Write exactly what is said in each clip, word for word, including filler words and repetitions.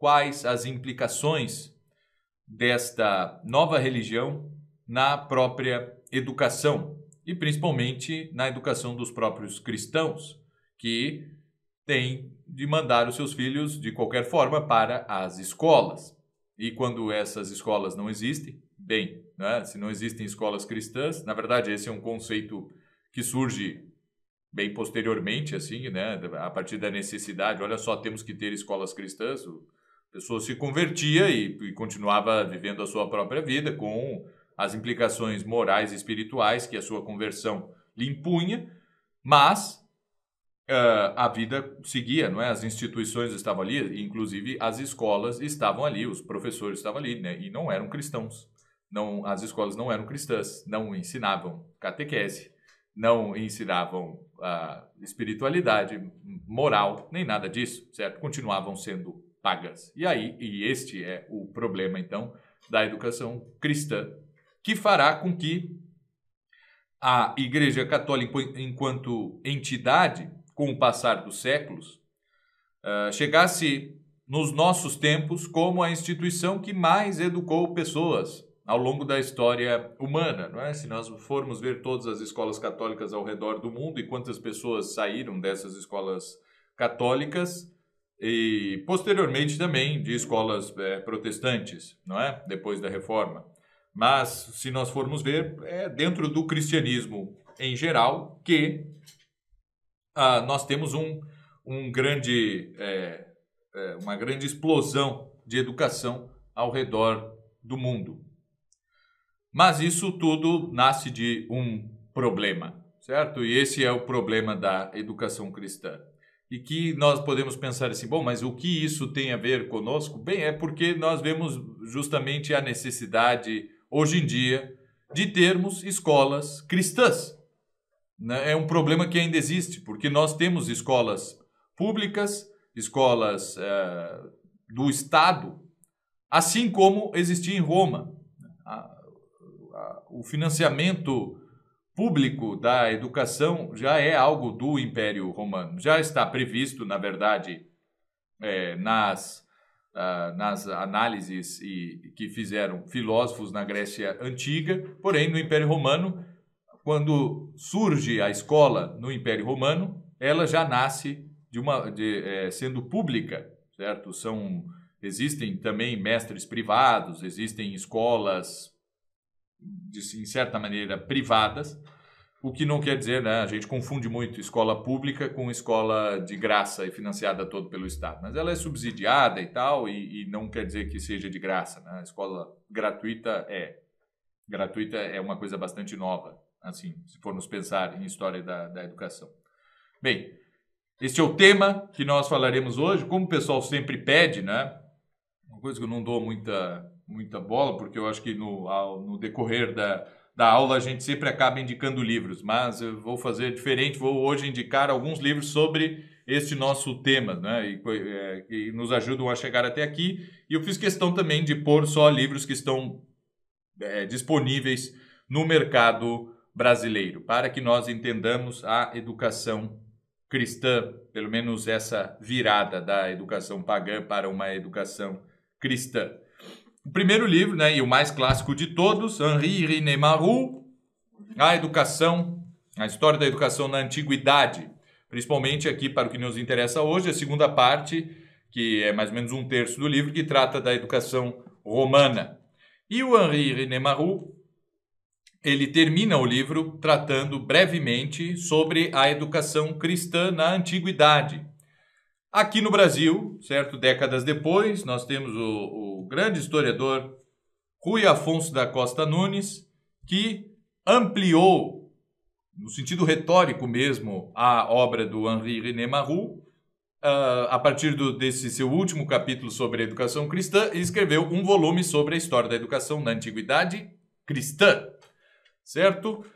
quais as implicações desta nova religião na própria educação e principalmente na educação dos próprios cristãos, que têm de mandar os seus filhos de qualquer forma para as escolas. E quando essas escolas não existem, bem, né, se não existem escolas cristãs, na verdade esse é um conceito que surge bem posteriormente, assim, né, a partir da necessidade, olha só, temos que ter escolas cristãs, a pessoa se convertia e, e continuava vivendo a sua própria vida com as implicações morais e espirituais que a sua conversão lhe impunha, mas uh, a vida seguia, não é? As instituições estavam ali, inclusive as escolas estavam ali, os professores estavam ali, né? E não eram cristãos. Não, as escolas não eram cristãs, não ensinavam catequese, não ensinavam uh, espiritualidade, moral, nem nada disso, certo? Continuavam sendo pagas. E aí, e este é o problema, então, da educação cristã, que fará com que a Igreja Católica, enquanto entidade, com o passar dos séculos, uh, chegasse nos nossos tempos como a instituição que mais educou pessoas ao longo da história humana, não é? Se nós formos ver todas as escolas católicas ao redor do mundo e quantas pessoas saíram dessas escolas católicas e posteriormente também de escolas é, protestantes, não é? Depois da Reforma. Mas, se nós formos ver, é dentro do cristianismo em geral que ah, nós temos um, um grande, é, é, uma grande explosão de educação ao redor do mundo. Mas isso tudo nasce de um problema, certo? E esse é o problema da educação cristã. E que nós podemos pensar assim, bom, mas o que isso tem a ver conosco? Bem, é porque nós vemos justamente a necessidade hoje em dia, de termos escolas cristãs. É um problema que ainda existe, porque nós temos escolas públicas, escolas é, do Estado, assim como existia em Roma. A, a, o financiamento público da educação já é algo do Império Romano. Já está previsto, na verdade, é, nas... Uh, nas análises e, que fizeram filósofos na Grécia Antiga, porém no Império Romano, quando surge a escola no Império Romano, ela já nasce de uma, de, é, sendo pública, certo? São, existem também mestres privados, existem escolas, de, em certa maneira, privadas, o que não quer dizer, né? A gente confunde muito escola pública com escola de graça e financiada todo pelo Estado. Mas ela é subsidiada e tal, e, e não quer dizer que seja de graça, né? A escola gratuita é. Gratuita é uma coisa bastante nova, assim, se formos pensar em história da, da educação. Bem, este é o tema que nós falaremos hoje. Como o pessoal sempre pede, né? Uma coisa que eu não dou muita, muita bola, porque eu acho que no, ao, no decorrer da... da aula a gente sempre acaba indicando livros, mas eu vou fazer diferente, vou hoje indicar alguns livros sobre este nosso tema, né, e, é, que nos ajudam a chegar até aqui, e eu fiz questão também de pôr só livros que estão é, disponíveis no mercado brasileiro, para que nós entendamos a educação cristã, pelo menos essa virada da educação pagã para uma educação cristã. O primeiro livro, né, e o mais clássico de todos, Henri René Marrou, A Educação, a História da Educação na Antiguidade, principalmente aqui para o que nos interessa hoje, a segunda parte, que é mais ou menos um terço do livro, que trata da educação romana. E o Henri René Marrou, ele termina o livro tratando brevemente sobre a educação cristã na Antiguidade. Aqui no Brasil, certo, décadas depois, nós temos o, o grande historiador Rui Afonso da Costa Nunes, que ampliou, no sentido retórico mesmo, a obra do Henri René Marrou, uh, a partir do, desse seu último capítulo sobre a educação cristã, e escreveu um volume sobre a história da educação na Antiguidade cristã, certo?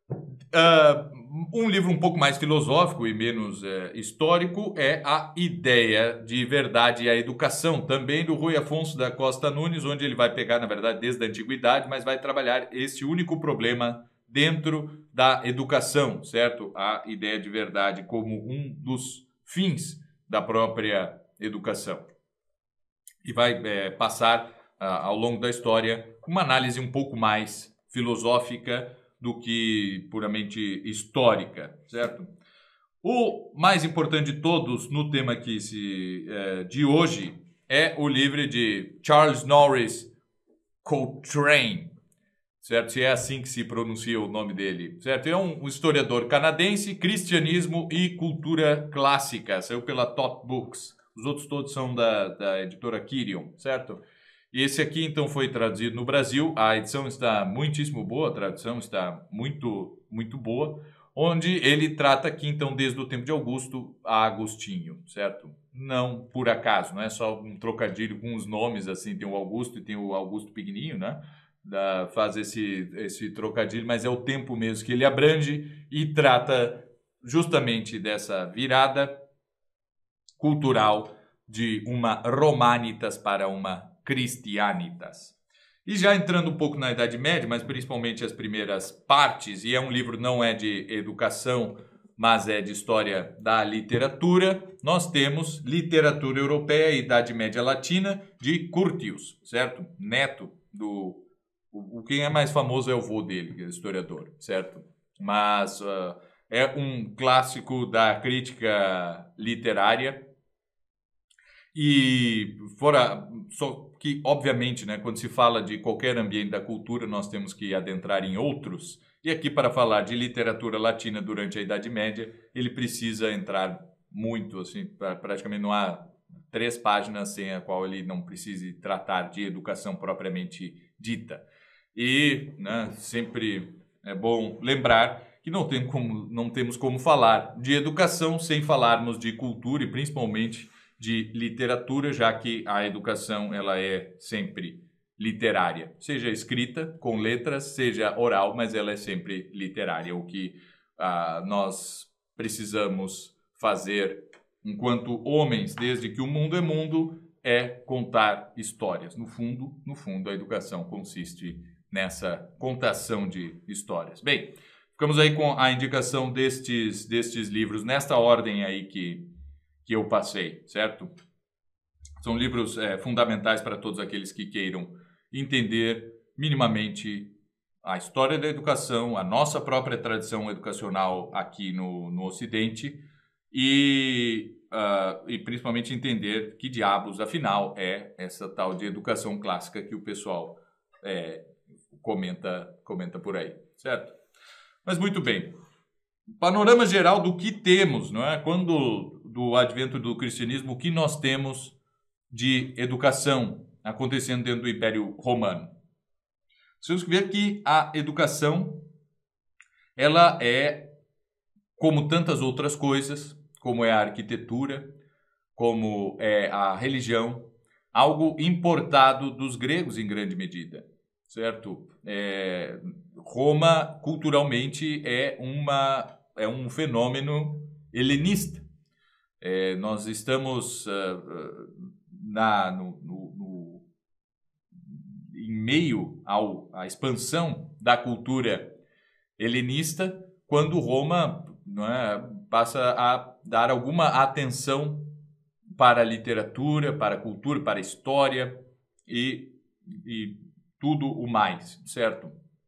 Uh, um livro um pouco mais filosófico e menos é, histórico é A Ideia de Verdade e a Educação, também do Rui Afonso da Costa Nunes, onde ele vai pegar, na verdade, desde a antiguidade, mas vai trabalhar esse único problema dentro da educação, certo? A ideia de verdade como um dos fins da própria educação. e vai é, passar ah, ao longo da história uma análise um pouco mais filosófica do que puramente histórica, certo? O mais importante de todos no tema aqui se, é, de hoje é o livro de Charles Norris Coltrane, certo? Se é assim que se pronuncia o nome dele, certo? É um historiador canadense, cristianismo e cultura clássica, saiu pela Thought Books. Os outros todos são da, da editora Kirion, certo? E esse aqui, então, foi traduzido no Brasil. A edição está muitíssimo boa, a tradução está muito, muito boa, onde ele trata aqui, então, desde o tempo de Augusto a Agostinho, certo? Não por acaso, não é só um trocadilho com os nomes, assim, tem o Augusto e tem o Augusto Pequenininho, né? Da, faz esse, esse trocadilho, mas é o tempo mesmo que ele abrange e trata justamente dessa virada cultural de uma Romanitas para uma Christianitas. E já entrando um pouco na Idade Média, mas principalmente as primeiras partes, e é um livro não é de educação, mas é de história da literatura, nós temos Literatura Europeia e Idade Média Latina de Curtius, certo? Neto do... O, quem é mais famoso é o vô dele, que é historiador, certo? Mas uh, é um clássico da crítica literária. E fora, só que obviamente, né, quando se fala de qualquer ambiente da cultura, nós temos que adentrar em outros. E aqui, para falar de literatura latina durante a Idade Média, ele precisa entrar muito, assim, praticamente não há três páginas sem a qual ele não precise tratar de educação propriamente dita. E, né, sempre é bom lembrar que não, tem como, não temos como falar de educação sem falarmos de cultura e principalmente de literatura, já que a educação ela é sempre literária, seja escrita com letras, seja oral, mas ela é sempre literária. O que ah, nós precisamos fazer enquanto homens, desde que o mundo é mundo, é contar histórias. No fundo, no fundo, a educação consiste nessa contação de histórias. Bem, ficamos aí com a indicação destes, destes livros, nesta ordem aí que, que eu passei, certo? São livros é, fundamentais para todos aqueles que queiram entender minimamente a história da educação, a nossa própria tradição educacional aqui no, no Ocidente e, uh, e principalmente entender que diabos, afinal, é essa tal de educação clássica que o pessoal é, comenta, comenta por aí, certo? Mas muito bem, panorama geral do que temos, não é? Quando do advento do cristianismo, o que nós temos de educação acontecendo dentro do Império Romano? Temos que ver que a educação, ela é, como tantas outras coisas, como é a arquitetura, como é a religião, algo importado dos gregos em grande medida, certo? É, Roma, culturalmente, é, uma, é um fenômeno helenista. É, nós estamos uh, na, no, no, no, em meio ao, à expansão da cultura helenista, quando Roma, não é, passa a dar alguma atenção para a literatura, para a cultura, para a história e, e tudo o mais, certo?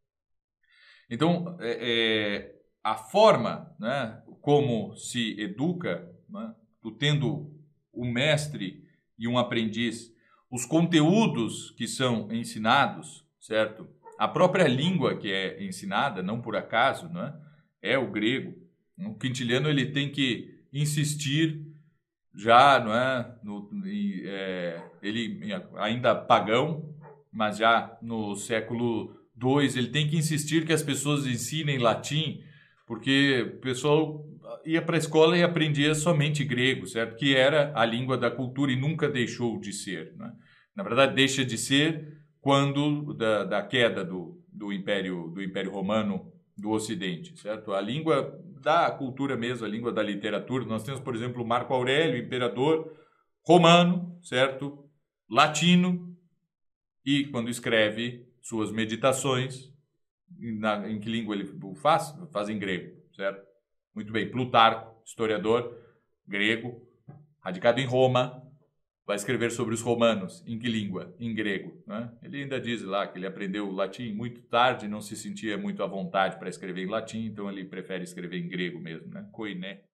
Então, é, é, a forma, né, como se educa, né, tendo o mestre e um aprendiz, os conteúdos que são ensinados, certo? A própria língua que é ensinada, não por acaso, né, é o grego. O Quintiliano ele tem que insistir já, não é, no, é, ele ainda pagão, mas já no século dois, ele tem que insistir que as pessoas ensinem latim, porque o pessoal ia para a escola e aprendia somente grego, certo? Que era a língua da cultura e nunca deixou de ser, né? Na verdade, deixa de ser quando da, da queda do, do, Império, do Império Romano do Ocidente, certo? A língua da cultura mesmo, a língua da literatura. Nós temos, por exemplo, Marco Aurélio, imperador romano, certo? Latino, e quando escreve suas meditações, na, em que língua ele faz? Faz em grego, certo? Muito bem. Plutarco, historiador grego, radicado em Roma, vai escrever sobre os romanos. Em que língua? Em grego. Né? Ele ainda diz lá que ele aprendeu latim muito tarde, não se sentia muito à vontade para escrever em latim, então ele prefere escrever em grego mesmo, né? Koiné.